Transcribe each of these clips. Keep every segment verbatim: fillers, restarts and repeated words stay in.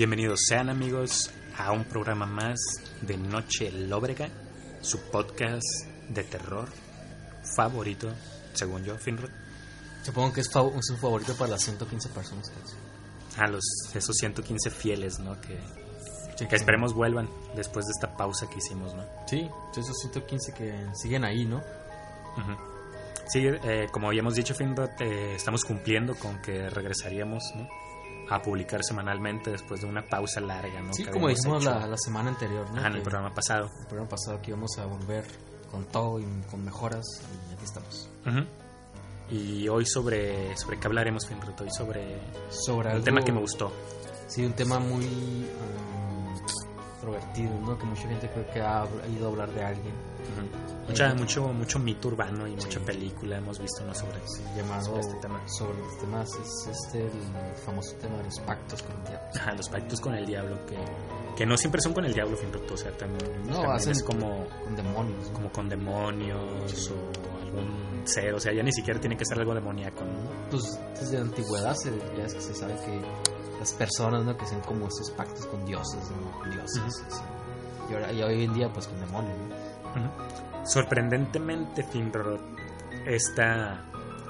Bienvenidos sean, amigos, a un programa más de Noche Lóbrega, su podcast de terror favorito, según yo, Finrod. Supongo que es, fav- es su favorito para las ciento quince personas que es. A los, esos ciento quince fieles, ¿no? Que, Sí, que esperemos vuelvan después de esta pausa que hicimos, ¿no? Sí, esos ciento quince que siguen ahí, ¿no? Uh-huh. Sí, eh, como habíamos dicho, Finrod, eh, estamos cumpliendo con que regresaríamos, ¿no?, a publicar semanalmente después de una pausa larga, ¿no? Sí, que como habíamos dijimos hecho, la, la semana anterior, ¿no? ajá, en Que el programa pasado. El programa pasado que íbamos a volver con todo y con mejoras, y aquí estamos. Uh-huh. Y hoy sobre, sobre qué hablaremos, Finrod, hoy sobre Sobre un algo, tema que me gustó. Sí, un tema muy um, extrovertido, ¿no? Que mucha gente creo que ha, ha ido a hablar de alguien. Uh-huh. Mucha, Eh, mucho, mucho mito urbano y sí. mucha película hemos visto, ¿no?, sobre Sí, llamado sobre este tema. sobre los temas, es este el famoso tema de los pactos con el diablo. Ajá, los pactos con el diablo, que, que no siempre son con el diablo, Finrod, o sea, también, No, también hacen es como, con demonios, ¿no? como con demonios o algún ser, o sea, ya ni siquiera tiene que ser algo demoníaco, ¿no? Pues desde la antigüedad se, ya es que se sabe que las personas, ¿no?, que hacen como esos pactos con dioses, ¿no? Con dioses, Uh-huh. así. Y, ahora, y hoy en día pues con demonios, ¿no? Uh-huh. Sorprendentemente, Finrod, esta,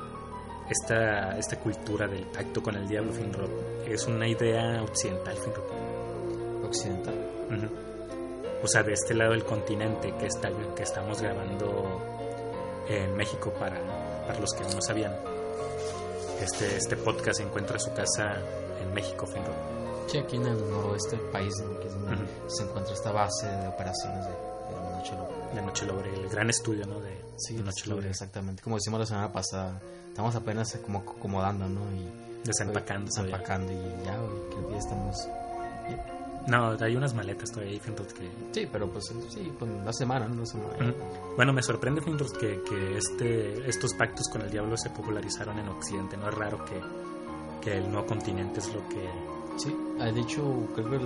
esta, esta cultura del pacto con el diablo, Finrod, es una idea occidental, Finrod. Occidental. Uh-huh. O sea, de este lado del continente que, está, que estamos grabando en México, para, para los que no sabían. Este, este podcast encuentra su casa en México, Finrod. Sí, aquí en el noroeste del país, ¿no?, que es donde Uh-huh. se encuentra esta base de operaciones de, de la Noche Lobo. De Noche Lóbrega, el gran estudio, ¿no?, de, Sí, de Noche estudio, Lóbrega. exactamente. Como decimos la semana pasada, estamos apenas como acomodando, ¿no? Y Desempacando. desempacando y ya, güey, creo que ya estamos bien. No, hay unas maletas todavía ahí, Finrod, que... Sí, pero pues sí, con una semana, ¿no? Una semana. Uh-huh. Bueno, me sorprende, Finrod, que, que este, estos pactos con el diablo se popularizaron en Occidente. No es raro que, que el nuevo continente es lo que... Sí, de hecho, creo que el,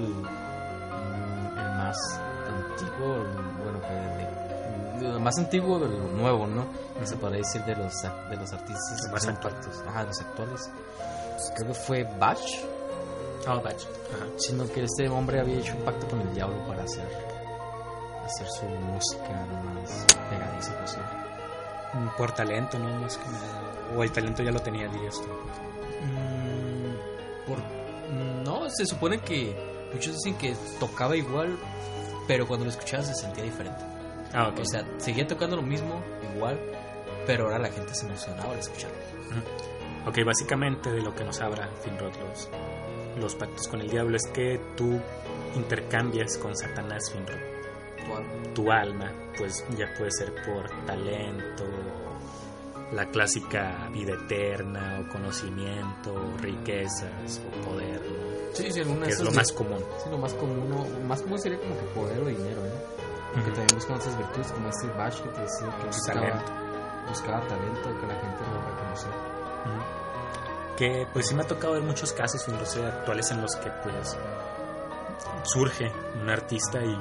el más antiguo, el- bueno, que de- el más antiguo de lo nuevo, ¿no? Uh-huh. Se podría decir de los, de los artistas El más que hacen actual. pactos. Ajá, de los actuales. Creo que fue Bach, Oh, Bach. Ajá. sino que este hombre había hecho un pacto con el diablo para hacer, hacer su música lo más pegadiza posible. Por talento, ¿no? Más que nada. O el talento ya lo tenía, dirías tú. Mm, por, no, se supone que muchos dicen que tocaba igual, pero cuando lo escuchabas se sentía diferente. Ah, ok. O sea, seguía tocando lo mismo, igual, pero ahora la gente se emocionaba al escucharlo. Uh-huh. Ok, básicamente de lo que nos habla Finrod los, los pactos con el diablo es que tú intercambias con Satanás, Finrod, tu alma, pues ya puede ser por talento, la clásica vida eterna, o conocimiento, o riquezas, o poder, ¿no? Sí, sí, alguna Que de es esas lo de- más común. Sí, lo más común, ¿no? Más común sería como que poder o dinero, ¿no? Porque Ujú. también buscan otras virtudes, como este Bach que te decía que buscaba Talento. buscaba talento, que la gente lo reconociera. Ujú. Que pues sí me ha tocado ver muchos casos, Finrod, o sea, actuales en los que pues surge un artista y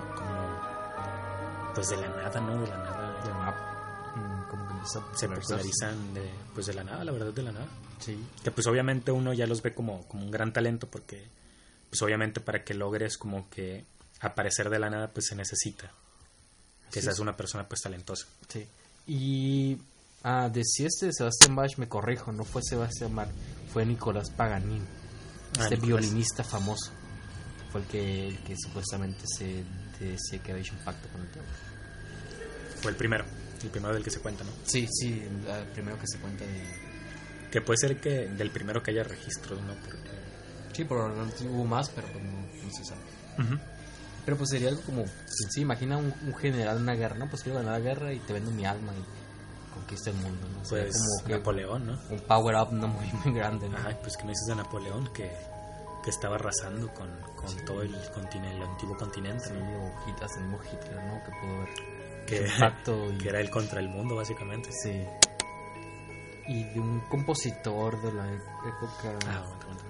como pues de la nada, ¿no? De la nada De la mm, como que empieza a se popularizarse. popularizan de, pues de la nada, la verdad, de la nada. Sí. Que pues obviamente uno ya los ve como, como un gran talento, porque pues obviamente para que logres como que aparecer de la nada pues se necesita que Sí. seas una persona pues talentosa. Sí. Y ah, decía este Sebastián Bach, me corrijo, no fue Sebastián Bach, fue Nicolás Paganini, Ah, este Nicolás. violinista famoso. Fue el que, el que supuestamente se decía que había hecho un pacto con el diablo. Fue el primero, el primero del que se cuenta, ¿no? Sí, sí, el primero que se cuenta de... Que puede ser que del primero que haya registros, ¿no? Porque... Sí, probablemente hubo más, pero pues no, no se sabe. Ujú. Pero pues sería algo como, sí, imagina un, un general en una guerra, ¿no? Pues quiero ganar la guerra y te vendo mi alma y conquista el mundo, ¿no? Sería Pues como que Napoleón, ¿no? un power up no muy, muy grande, ¿no? Ay, pues que me dices de Napoleón, que, que estaba arrasando con, con Sí. todo el continente, el antiguo continente, Sí, ¿no? o Hit- hasta el mismo Hitler, ¿no? Que pudo haber Que, hecho un pacto y... que era él contra el mundo, básicamente. Sí. Y de un compositor de la época... Ah, aguanta, aguanta, aguanta.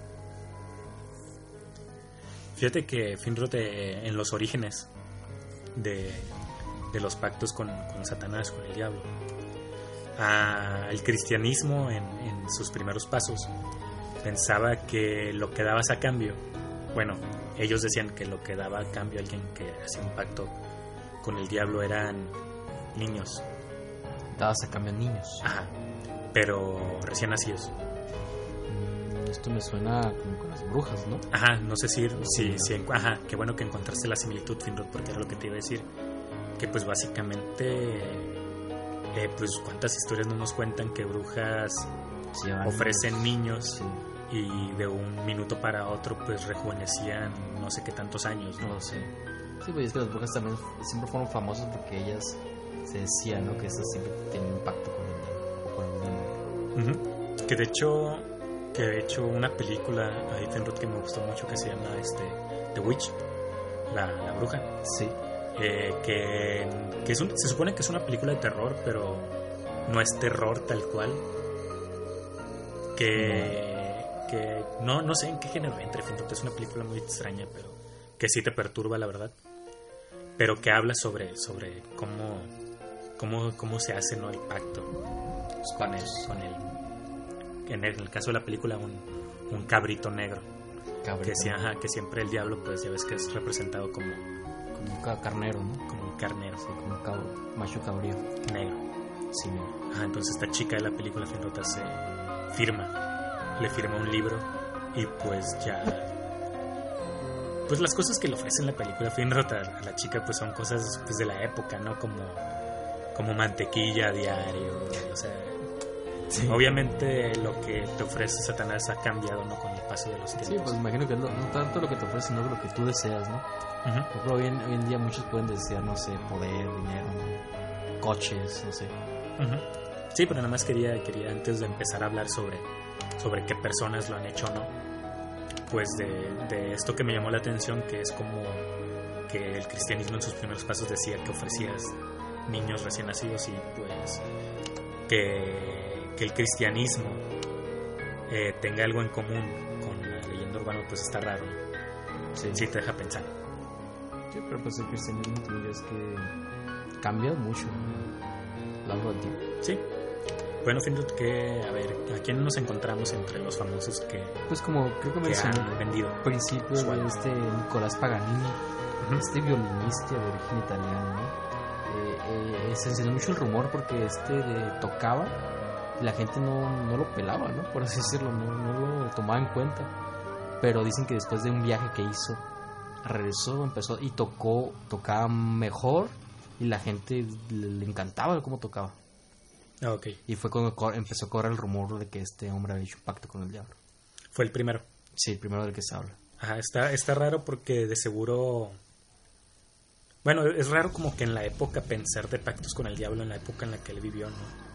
Fíjate que Finrod, eh, en los orígenes de, de los pactos con, con Satanás, con el diablo, ah, el cristianismo en, en sus primeros pasos pensaba que lo que dabas a cambio bueno, ellos decían que lo que daba a cambio a alguien que hacía un pacto con el diablo eran niños. Dabas a cambio a niños. Ajá, pero recién nacidos. Esto me suena como con las brujas, ¿no? Ajá, no sé si, si, si ajá, qué bueno que encontraste la similitud, Finrod, porque era lo que te iba a decir, que pues básicamente, eh, pues cuántas historias no nos cuentan que brujas sí, ofrecen niños sí. y de un minuto para otro pues rejuvenecían no sé qué tantos años, ¿no? No sé. Sí, pues es que las brujas también siempre fueron famosas porque ellas se decía, ¿no? Que esas siempre tenían un pacto con el, o con el demonio. Uh-huh. Que de hecho... que de hecho una película ahí Finrod que me gustó mucho que se llama este The Witch, la, la bruja, sí, eh, que, que es un, se supone que es una película de terror, pero no es terror tal cual, que no, que no, no sé en qué género entre, Finrod, es una película muy extraña, pero que sí te perturba, la verdad, pero que habla sobre, sobre cómo, cómo, cómo se hace, ¿no?, el pacto con el, con el en el, en el caso de la película un, un cabrito negro, cabrito. Que, ajá, que siempre el diablo pues ya ves que es representado como como un carnero, ¿no? Como un carnero, sí, como un cabro, macho cabrío negro, sí, negro. Ajá, entonces esta chica de la película Finrod se firma le firma un libro y pues ya pues las cosas que le ofrecen la película Finrod a, a la chica pues son cosas pues de la época, ¿no? Como como mantequilla a diario, o sea. Sí. Obviamente lo que te ofrece Satanás ha cambiado, ¿no?, con el paso de los tiempos. Sí, pues imagino que no, no tanto lo que te ofrece, sino lo que tú deseas, ¿no? Uh-huh. Por ejemplo, hoy en, hoy en día muchos pueden desear, no sé, poder, dinero, ¿no?, coches, no sé. Uh-huh. Sí, pero nada más quería, quería antes de empezar a hablar sobre, sobre qué personas lo han hecho o no, pues de, de esto que me llamó la atención, que es como que el cristianismo en sus primeros pasos decía que ofrecías niños recién nacidos y pues que... que el cristianismo eh, tenga algo en común con la leyenda urbana, pues está raro, ¿no? Sí. Sí te deja pensar. Sí, pero pues el cristianismo también es que cambia mucho, ¿no?, largo antiguo. Sí. Bueno, Finrod, que a ver, ¿a quién nos encontramos entre los famosos que pues como creo que mencioné han vendido? Al principio de este Nicolás Paganini, uh-huh. este violinista de origen italiano, ¿no? eh, eh, se enseñó mucho el rumor porque este de, tocaba. La gente no, no lo pelaba, ¿no?, por así decirlo, no, no lo tomaba en cuenta. Pero dicen que después de un viaje que hizo, regresó, empezó y tocó, tocaba mejor y la gente le, le encantaba cómo tocaba. Ah, okay. Y fue cuando empezó a correr el rumor de que este hombre había hecho un pacto con el diablo. Fue el primero. Sí, el primero del que se habla. Ajá, está, está raro porque de seguro... Bueno, es raro como que en la época pensar de pactos con el diablo, en la época en la que él vivió, ¿no?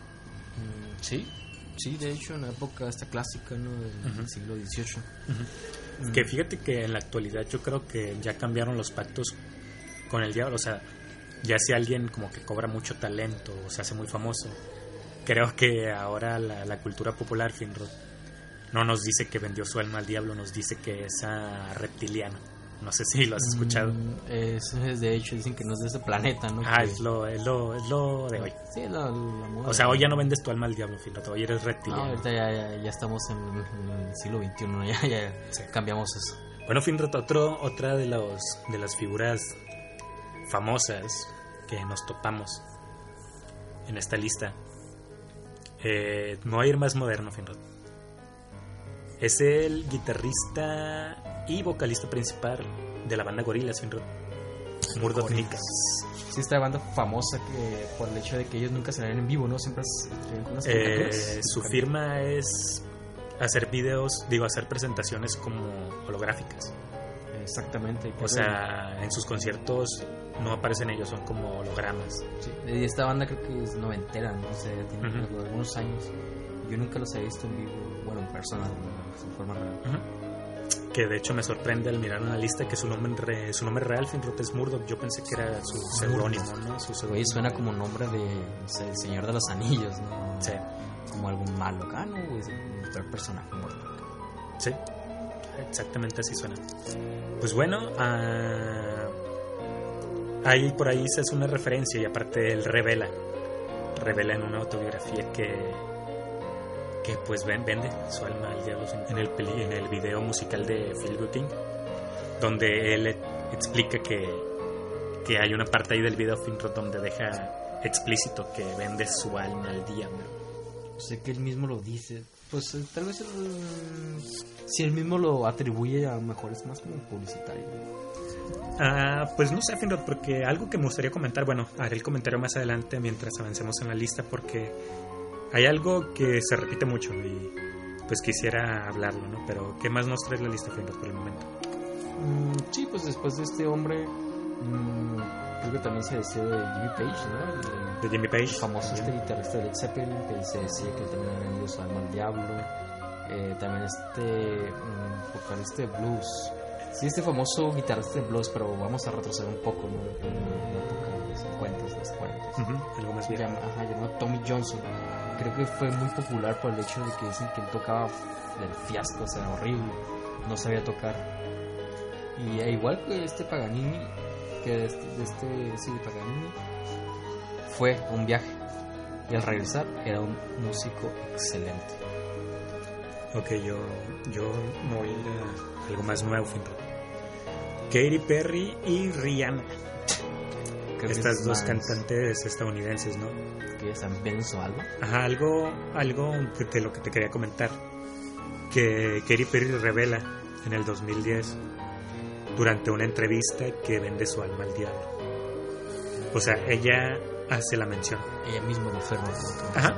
Sí, sí, de hecho en la época esta clásica, ¿no?, del uh-huh. siglo dieciocho. Uh-huh. Mm. Que fíjate que en la actualidad yo creo que ya cambiaron los pactos con el diablo, o sea, ya si alguien como que cobra mucho talento o se hace muy famoso, creo que ahora la, la cultura popular, Finrod, no nos dice que vendió su alma al diablo, nos dice que es a reptiliano. No sé si lo has escuchado. Mm, es, es de hecho dicen que no es de ese planeta, ¿no? Ah, que... es lo, es lo, es lo de hoy. Sí, la, la moda. O sea, hoy ya no vendes tu alma al diablo, Finrod, hoy eres reptiliano. No, ahorita ya, ya, ya estamos en, en el siglo veintiuno, ya, ya sí. Cambiamos eso. Bueno, Finrod, otro, otra de los de las figuras famosas que nos topamos en esta lista, eh, no hay ir más moderno, Finrod. Es el guitarrista y vocalista principal de la banda Gorillaz, Finrod, Murdoc Nicks. Sí, esta banda famosa que por el hecho de que ellos nunca se ven en vivo, ¿no? Siempre con unas eh, su firma es hacer videos, digo, hacer presentaciones como holográficas. Exactamente. O sea, en sus conciertos no aparecen ellos, son como hologramas. Sí. Y esta banda creo que es noventera, ¿no? O sea, tiene uh-huh. algunos años. Yo nunca los he visto en vivo, bueno, en persona, en forma real. Uh-huh. Que de hecho me sorprende al mirar una lista que su nombre re, su nombre real, Finrod, es Murdoc. Yo pensé que era su seudónimo, ¿no? Su seudónimo. Oye, suena como nombre de, no sé, el Señor de los Anillos, ¿no? Sí. Como algún malo, ah, no, es un personaje Murdoc. Sí, exactamente así suena. Pues bueno, uh, ahí por ahí se hace una referencia y aparte él revela, revela en una autobiografía que que pues vende su alma al diablo en el, peli, en el video musical de Feel Good Thing, donde él explica que, que hay una parte ahí del video Finrod donde deja explícito que vende su alma al diablo. Sé que él mismo lo dice. Pues eh, tal vez el, si él mismo lo atribuye, a lo mejor es más como publicitario. Ah, pues no sé, Finrod, porque algo que me gustaría comentar, bueno, haré el comentario más adelante mientras avancemos en la lista, porque hay algo que se repite mucho y pues quisiera hablarlo, ¿no? Pero ¿qué más nos trae la lista, Finrod, por el momento? Mm, sí, pues después de este hombre, mmm, creo que también se decía de Jimmy Page, ¿no? El, de Jimmy Page. El famoso este guitarrista de Led Zeppelin, que se decía que también había vendido su alma al diablo. Eh, también este um, vocalista de blues. Sí, este famoso guitarrista de blues, pero vamos a retroceder un poco, ¿no? En la época de los cincuenta, los cuarenta. Uh-huh, algo más bien. Llama, ajá, llamado Tommy Johnson. Creo que fue muy popular por el hecho de que dicen que él tocaba del fiasco, o sea, horrible. No sabía tocar. Y e igual que este Paganini, que este, este sí, de Paganini, fue un viaje. Y al regresar era un músico excelente. Ok, yo, yo me voy a ir a algo más nuevo, Finrod. Katy Perry y Rihanna. Creo Estas dos más... cantantes estadounidenses, ¿no? Que están bien en su alma. Ajá, algo, algo de lo que te quería comentar. Que Katy Perry revela en el dos mil diez, durante una entrevista, que vende su alma al diablo. O sea, ella hace la mención. Ella misma lo afirma. Ajá.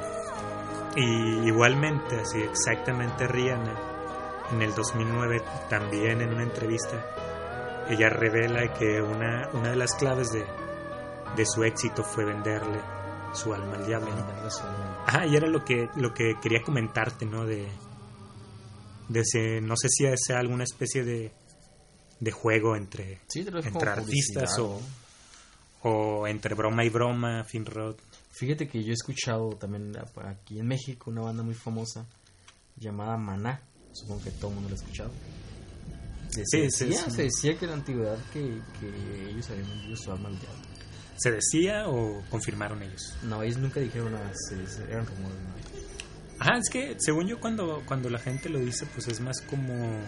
Y igualmente, así exactamente, Rihanna, en el dos mil nueve, también en una entrevista, ella revela que una, una de las claves de, de su éxito fue venderle su alma al diablo. Ajá, y era lo que, lo que quería comentarte, ¿no? De, de ese, no sé si sea alguna especie de, de juego entre, sí, entre artistas o, o entre broma y broma, Finrod. Fíjate que yo he escuchado también aquí en México una banda muy famosa llamada Maná. Supongo que todo el mundo lo ha escuchado. Se, sí, decía, sí, sí. se decía que en la antigüedad que, que ellos habían vendido su alma al diablo. ¿Se decía o confirmaron ellos? No, ellos nunca dijeron nada, se, eran rumores. ¿No? Ajá, es que según yo cuando, cuando la gente lo dice, pues es más como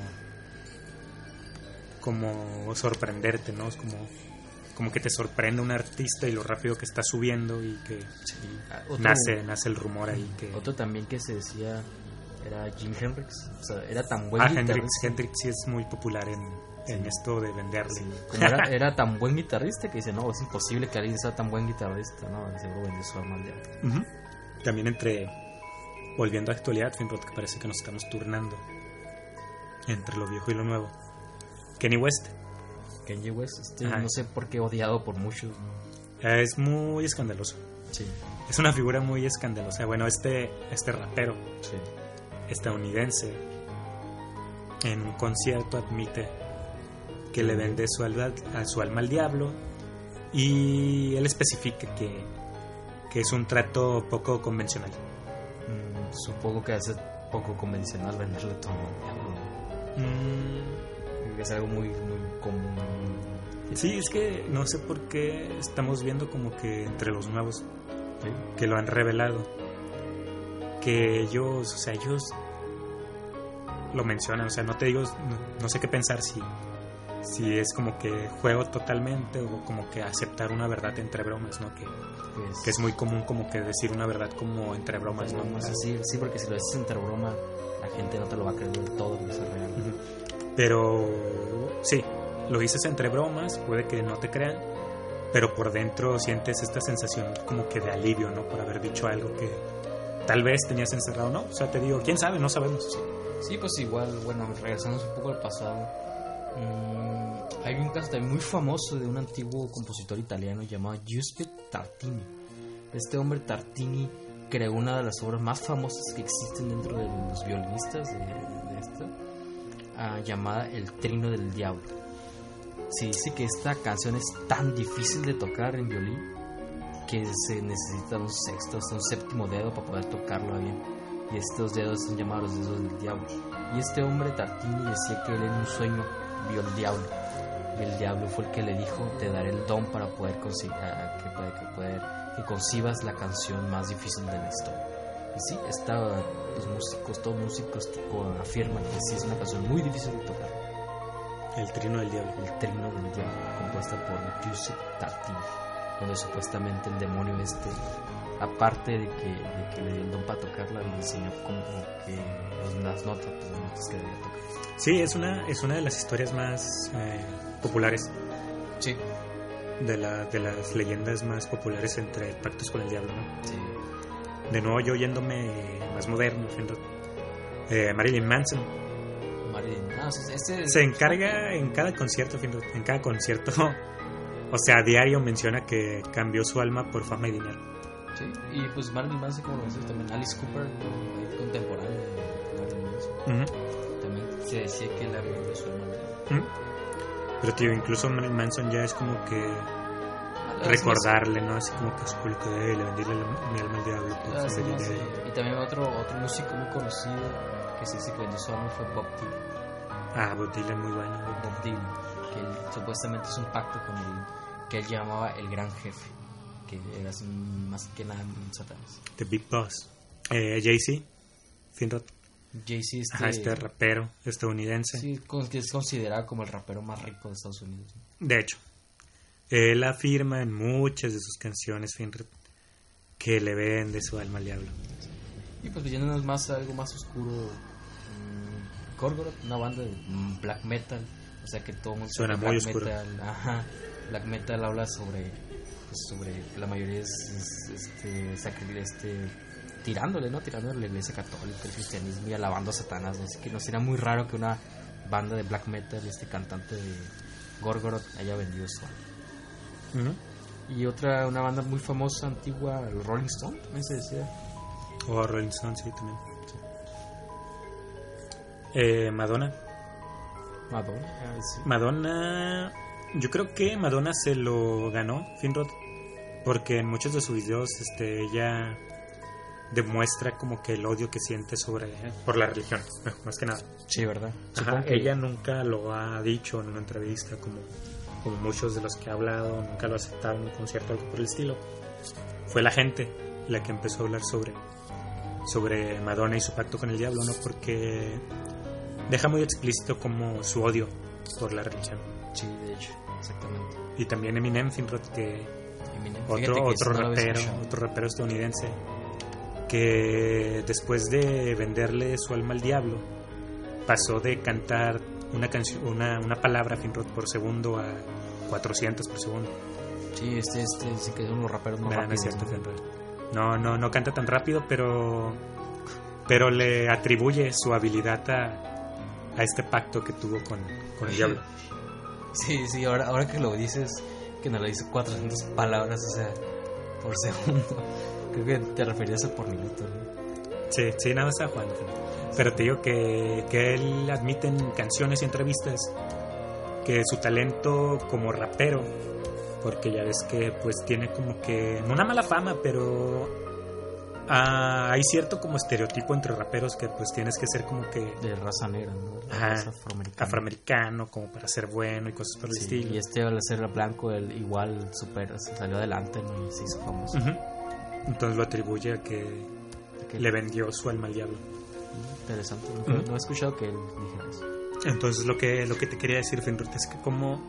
como sorprenderte, ¿no? Es como como que te sorprende un artista y lo rápido que está subiendo y que sí, otro, nace nace el rumor ahí que otro también que se decía era Jimi Hendrix, o sea, era tan buen ah, guitarrista. Hendrix, Hendrix sí es muy popular en, sí. en esto de venderle. Sí, como era, era tan buen guitarrista que dice, no, es imposible que alguien sea tan buen guitarrista, no, seguro vendió su alma al diablo. Uh-huh. También entre, volviendo a actualidad, Finrod, que parece que nos estamos turnando entre lo viejo y lo nuevo. Kanye West. Kanye West, este, no sé por qué odiado por muchos, ¿no? Es muy escandaloso. Sí. Es una figura muy escandalosa. Bueno, este, este rapero sí. estadounidense en un concierto admite que sí. le vende su alma, a su alma al diablo, y él especifica que, que es un trato poco convencional. Mm, supongo que es poco convencional venderle todo al diablo. Mm. Es algo muy, muy común. Sí, es que no sé por qué estamos viendo como que entre los nuevos ¿sí? que lo han revelado, que ellos, o sea, ellos lo mencionan, o sea, no te digo, no, no sé qué pensar, si si es como que juego totalmente o como que aceptar una verdad entre bromas, ¿no? Que, pues, que es muy común como que decir una verdad como entre bromas, ¿no? Bromas, sí, sí, porque si lo dices entre broma, la gente no te lo va a creer del todo, que es real. Uh-huh. Pero sí, lo dices entre bromas, puede que no te crean, pero por dentro sientes esta sensación como que de alivio, ¿no? Por haber dicho algo que tal vez tenías encerrado, ¿no? O sea, te digo, ¿quién sabe? No sabemos. Sí, sí, pues igual, bueno, regresamos un poco al pasado. Mmm, hay un caso también muy famoso de un antiguo compositor italiano llamado Giuseppe Tartini. Este hombre Tartini creó una de las obras más famosas que existen dentro de los violinistas de, de esta. Uh, llamada El Trino del Diablo. Se dice que esta canción es tan difícil de tocar en violín que se necesita un sexto, hasta un séptimo dedo para poder tocarlo bien. Y estos dedos son llamados los dedos del diablo. Y este hombre Tartini decía que él en un sueño vio al diablo. Y el diablo fue el que le dijo: te daré el don para poder conseguir, uh, que, que, poder, que concibas la canción más difícil de la historia. Y sí, está, los músicos, todos músicos tipo afirman que sí es una canción muy difícil de tocar. El Trino del Diablo. El Trino del Diablo, compuesta por Giuseppe Tartini, donde supuestamente el demonio este, aparte de que, de que le dio el don para tocarla, le enseñó como que las notas, pues, las notas que debía tocar. Sí, es una, es una de las historias más eh, populares. Sí. De, la, de las leyendas más populares entre pactos con el diablo, ¿no? Sí. De nuevo yo yéndome más moderno, eh, Marilyn Manson. Marilyn, no, este se encarga en cada concierto, en cada concierto, o sea, a diario menciona que cambió su alma por fama y dinero. Sí, y pues Marilyn Manson, como lo decía también, Alice Cooper, ¿no? Contemporáneo de Marilyn Manson. Uh-huh. También se decía que él había vendido su alma. Uh-huh. Pero tío, incluso Marilyn Manson ya es como que recordarle, ¿no? Así como que es como que le vendí mi alma al diablo. Ah, sí, sí. Y también otro, otro músico muy conocido que se dice que vendió su alma fue Bob Dylan. Ah, Bob Dylan, muy bueno. Bob Dylan, que él, supuestamente es un pacto con el que él llamaba el gran jefe, que era más que nada un satanás. The Big Boss. Eh, Jay-Z, Finrod. Jay-Z, este, Ajá, este rapero estadounidense. Sí, que es considerado como el rapero más rico de Estados Unidos. De hecho, él afirma en muchas de sus canciones, Finrod, que le vende su alma al diablo. Y pues yéndonos más a algo más oscuro, mmm, Gorgoroth, una banda de black metal, o sea que todo mundo suena muy black oscuro. Metal, ajá, black metal habla sobre, pues, sobre que la mayoría es, es este, sacri- este tirándole, ¿no? Tirándole a la iglesia católica, el cristianismo y alabando a Satanás, ¿no? Así que no sería muy raro que una banda de black metal, este cantante de Gorgoroth, haya vendido su alma. Uh-huh. Y otra, una banda muy famosa, antigua, los Rolling Stones, también se decía. O oh, Rolling Stones, sí, también. Sí. Eh, Madonna. Madonna, sí. Madonna, yo creo que Madonna se lo ganó, Finrod, porque en muchos de sus videos este, ella demuestra como que el odio que siente sobre por la religión, más que nada. Sí, ¿verdad? Ajá, que ella nunca lo ha dicho en una entrevista, como, como muchos de los que ha hablado, nunca lo ha aceptado en un concierto o algo por el estilo. Fue la gente la que empezó a hablar sobre, sobre Madonna y su pacto con el diablo, ¿no? Porque deja muy explícito como su odio por la religión. Sí, de hecho, exactamente. Y también Eminem, Finrod, que Eminem. otro, que otro rapero, otro rapero estadounidense, que después de venderle su alma al diablo, pasó de cantar una canción, una, una palabra, Finrod, por segundo a cuatrocientos por segundo. Sí, este, este, sí que son los raperos más no, rápidos. No, es cierto, Finrod. No, no, no canta tan rápido, pero, pero le atribuye su habilidad a, a este pacto que tuvo con, con el diablo. Sí, sí, ahora, ahora que lo dices, que nos lo dice cuatrocientas palabras, o sea, por segundo. Creo que te referías a por minuto, ¿no? Sí, sí, nada más estaba jugando. Pero te digo que, que él admite en canciones y entrevistas que su talento como rapero, porque ya ves que pues tiene como que, no una mala fama, pero ah, hay cierto como estereotipo entre raperos que pues tienes que ser como que de raza negra, ¿no? De ajá, raza afroamericana. afroamericano como para ser bueno y cosas por el sí, estilo. Y este al ser blanco él igual super, salió adelante, ¿no? Y se hizo famoso. Uh-huh. Entonces lo atribuye a que, a que le vendió su alma al diablo. Interesante, no, uh-huh. no he escuchado que él dijera eso. Entonces lo que, lo que te quería decir, Finrod, es que como,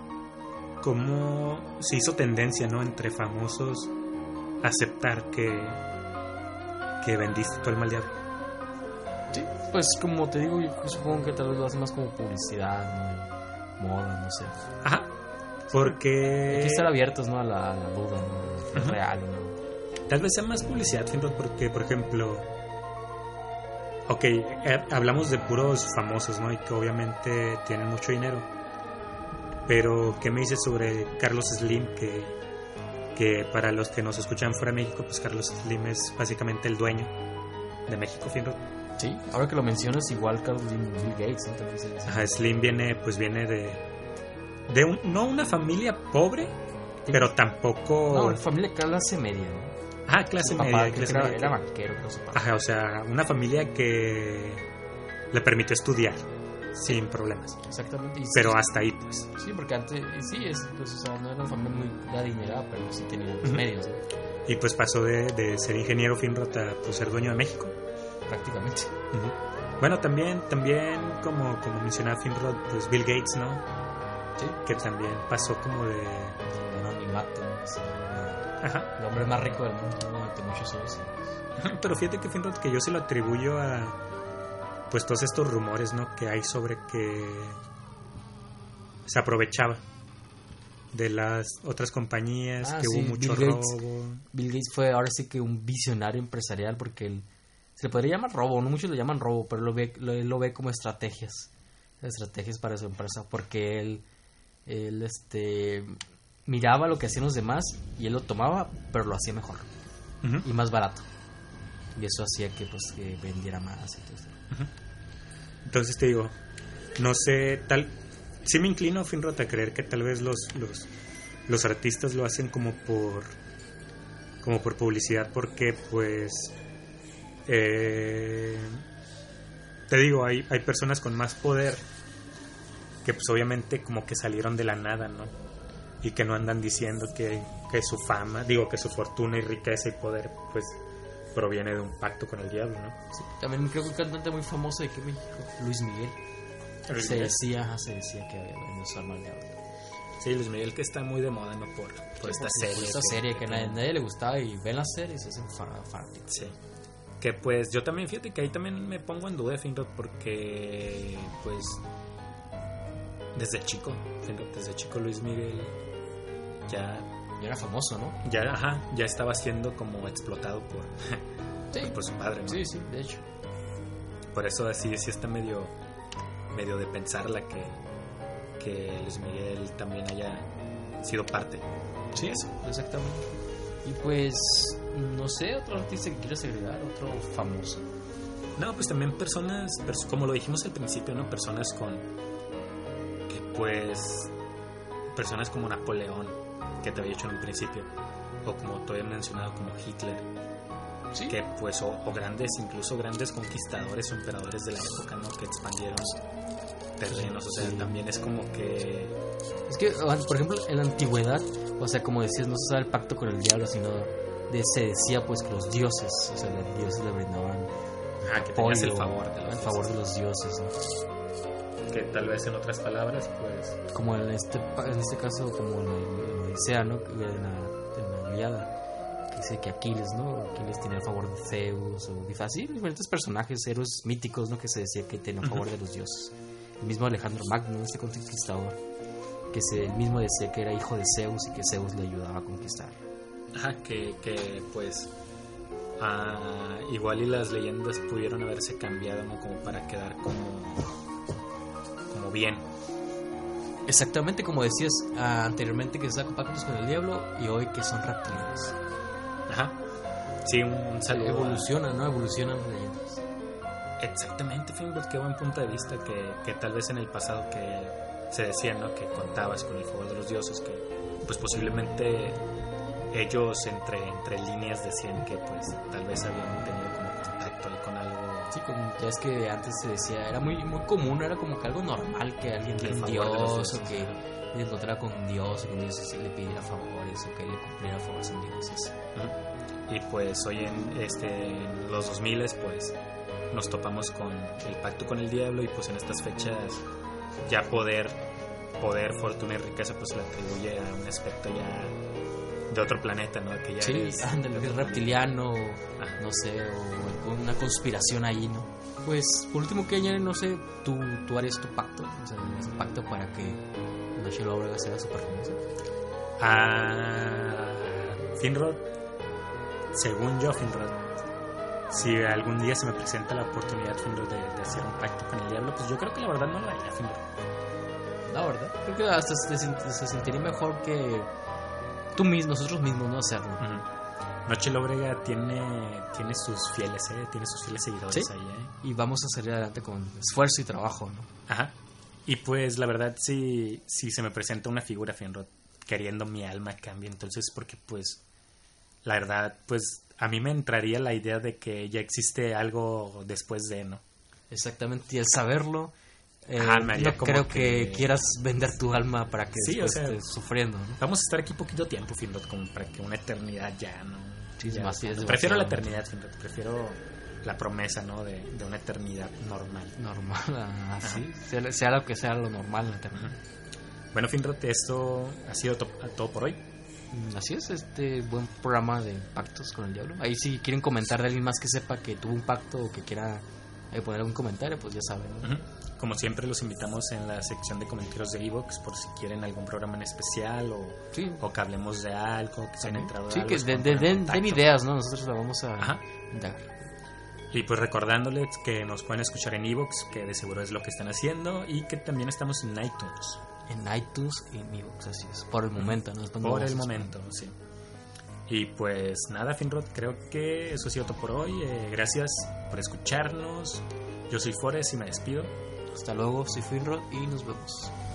como se hizo tendencia, ¿no? Entre famosos aceptar que, que vendiste tu alma al diablo. Sí, pues como te digo, yo supongo que tal vez lo hace más como publicidad, ¿no? Moda, no sé. Ajá, porque... hay que estar abiertos, ¿no? A la, a la duda, ¿no? Es uh-huh. real, ¿no? Tal vez sea más publicidad, Finrod, porque, por ejemplo... Ok, eh, hablamos de puros famosos, ¿no? Y que obviamente tienen mucho dinero. Pero, ¿qué me dices sobre Carlos Slim? Que, que para los que nos escuchan fuera de México, pues Carlos Slim es básicamente el dueño de México, Finrod. Sí, ahora que lo mencionas, igual Carlos Slim, Bill Gates, ¿no? Entonces, sí. Ajá, Slim viene, pues viene de... de un, no una familia pobre, sí, pero tampoco... no, una familia clase media, ¿no? Ah, clase papá, media. Que clase era, media. Era banquero, creo su papá. Ajá, o sea, una familia que le permitió estudiar sin problemas. Exactamente. Y pero sí, hasta ahí, pues. Sí, porque antes, sí, es, pues, o sea, no era una familia muy adinerada, pero sí tenía los uh-huh. medios, ¿no? Y pues pasó de, de ser ingeniero Finrod a pues, ser dueño de México. Prácticamente. Uh-huh. Bueno, también, también como, como mencionaba Finrod, pues Bill Gates, ¿no? Sí. Que también pasó como de... Un anonimato. Ajá. El hombre más rico del mundo durante muchos años. Pero fíjate que Finrod, que yo se lo atribuyo a pues todos estos rumores, ¿no? Que hay sobre que se aprovechaba de las otras compañías, ah, que sí, hubo mucho Bill robo. Gates, Bill Gates fue ahora sí que un visionario empresarial, porque él se le podría llamar robo, no muchos lo llaman robo, pero lo ve, lo, él lo ve como estrategias, estrategias para su empresa, porque él, él este, miraba lo que hacían los demás y él lo tomaba, pero lo hacía mejor uh-huh. y más barato, y eso hacía que pues que vendiera más y todo eso. Uh-huh. Entonces te digo, no sé, tal, sí me inclino, Finrod, a creer que tal vez los, los, los artistas lo hacen como por, como por publicidad, porque pues eh, te digo, hay, hay personas con más poder que pues obviamente como que salieron de la nada, ¿no? Y que no andan diciendo que, que su fama, digo que su fortuna y riqueza y poder pues proviene de un pacto con el diablo, ¿no? Sí, también creo que un cantante muy famoso de aquí en México, Luis Miguel, Luis se Miguel. decía, se decía que había venido su alma al diablo. Sí, Luis Miguel, que está muy de moda, ¿no? Por, por sí, esta por, serie. Por esta que, serie que a nadie, nadie le gustaba y ven la serie y se hacen fanáticos. Sí. Que pues yo también, fíjate que ahí también me pongo en duda, Finrod, porque pues desde chico, Finrod, desde chico Luis Miguel ya... Ya era famoso, ¿no? Ya, ajá, ya estaba siendo como explotado por, sí. por su padre, ¿no? Sí, sí, de hecho. Por eso así sí está medio medio de pensarla que, que Luis Miguel también haya sido parte. Sí, eso, exactamente. Y pues, no sé, otro artista que quieras agregar, otro famoso. No, pues también personas, pers- como lo dijimos al principio, ¿no? Personas con, que pues, personas como Napoleón, que te había dicho en un principio, o como te había mencionado, como Hitler. ¿Sí? Que pues, o, o grandes, incluso grandes conquistadores o emperadores de la época, ¿no? Que expandieron terrenos, o sea, sí. También es como que... Es que, por ejemplo, en la antigüedad, o sea, como decías, no se usaba el pacto con el diablo, sino de, se decía pues que los dioses, o sea, los dioses le brindaban ah, que tenías el favor de los el favor de los dioses, ¿no? Que tal vez en otras palabras, pues... Como en este, en este caso, como en la Odisea, ¿no? En la, en la Ilíada, que dice que Aquiles, ¿no? Aquiles tenía el favor de Zeus, o así, diferentes personajes, héroes míticos, ¿no? Que se decía que tenían el favor de los dioses. El mismo Alejandro Magno, este conquistador, que se, él mismo decía que era hijo de Zeus y que Zeus le ayudaba a conquistar. Ajá, que, que pues ah, igual y las leyendas pudieron haberse cambiado, ¿no? Como para quedar como como bien. Exactamente, como decías ah, anteriormente, que se sacan pactos con el diablo, y hoy que son reptilianos. Ajá. Sí, un, un saludo. Evolucionan, ¿no? Evolucionan las leyendas. Exactamente, Finrod, qué buen punto de vista, que, que tal vez en el pasado que se decía, ¿no? Que contabas con el favor de los dioses, que pues posiblemente ellos entre, entre líneas decían que pues tal vez habían tenido como contacto ahí con algo. Sí, como ya es que antes se decía, era muy muy común, era como que algo normal que alguien viera un dios, o que le encontrara con un dios, o que un dios sí le pidiera favores, o que le cumpliera favores a dioses. Uh-huh. Y pues hoy en, este, en los dos mil pues nos topamos con el pacto con el diablo, y pues en estas fechas ya poder, poder, fortuna y riqueza pues se le atribuye a un aspecto ya de otro planeta, ¿no? Que ya sí, es, ándale, es reptiliano, ah. no sé, o con una conspiración ahí, ¿no? Pues, por último que añadir, no sé, tú, tú harías tu pacto, o sea, ese pacto para que Noche Lóbrega sea súper famosa. Ah, Finrod, según yo, Finrod, si algún día se me presenta la oportunidad, Finrod, de, de hacer un pacto con el diablo, pues yo creo que la verdad no lo haría, Finrod. La verdad, creo que hasta se, se sentiría mejor que tú mismo, nosotros mismos, no hacerlo. Uh-huh. Noche Lóbrega tiene, tiene sus fieles, ¿eh? Tiene sus fieles seguidores. ¿Sí? Ahí, ¿eh? Y vamos a salir adelante con esfuerzo y trabajo, ¿no? Ajá. Y pues la verdad, si, si se me presenta una figura, Finrod, queriendo mi alma cambie, entonces porque pues la verdad, pues a mí me entraría la idea de que ya existe algo después de, ¿no? Exactamente, y al saberlo, eh, Ajá, no creo que... que quieras vender tu alma para que sí, después o sea, estés sufriendo, ¿no? Vamos a estar aquí poquito tiempo, Finrod, como para que una eternidad ya, ¿no? Sí, ya, más, sí, es prefiero la demasiado. eternidad, Finrod, prefiero la promesa, ¿no? De, de una eternidad normal. Normal, así, sea, sea lo que sea lo normal en la eternidad. Bueno, Finrod, esto ha sido to- todo por hoy. Así es, este buen programa de pactos con el diablo. Ahí si quieren comentar de alguien más que sepa que tuvo un pacto o que quiera eh, poner algún comentario, pues ya saben, ¿no? Uh-huh. Como siempre, los invitamos en la sección de comentarios de iVoox por si quieren algún programa en especial o, sí. o que hablemos de algo, que se hayan entrado Sí, algo, que se den, puedan den, poner en den contacto. ideas, ¿no? Nosotros la vamos a Ajá. indagar. Y pues recordándoles que nos pueden escuchar en iVoox, que de seguro es lo que están haciendo, y que también estamos en iTunes. En iTunes y en iVoox, así es. Por el momento, ¿no? Después no Por vamos el a- momento, sí. Y pues nada, Finrod, creo que eso ha sido todo por hoy. Eh, gracias por escucharnos. Yo soy Forest y me despido. Hasta luego, soy Finrod y nos vemos.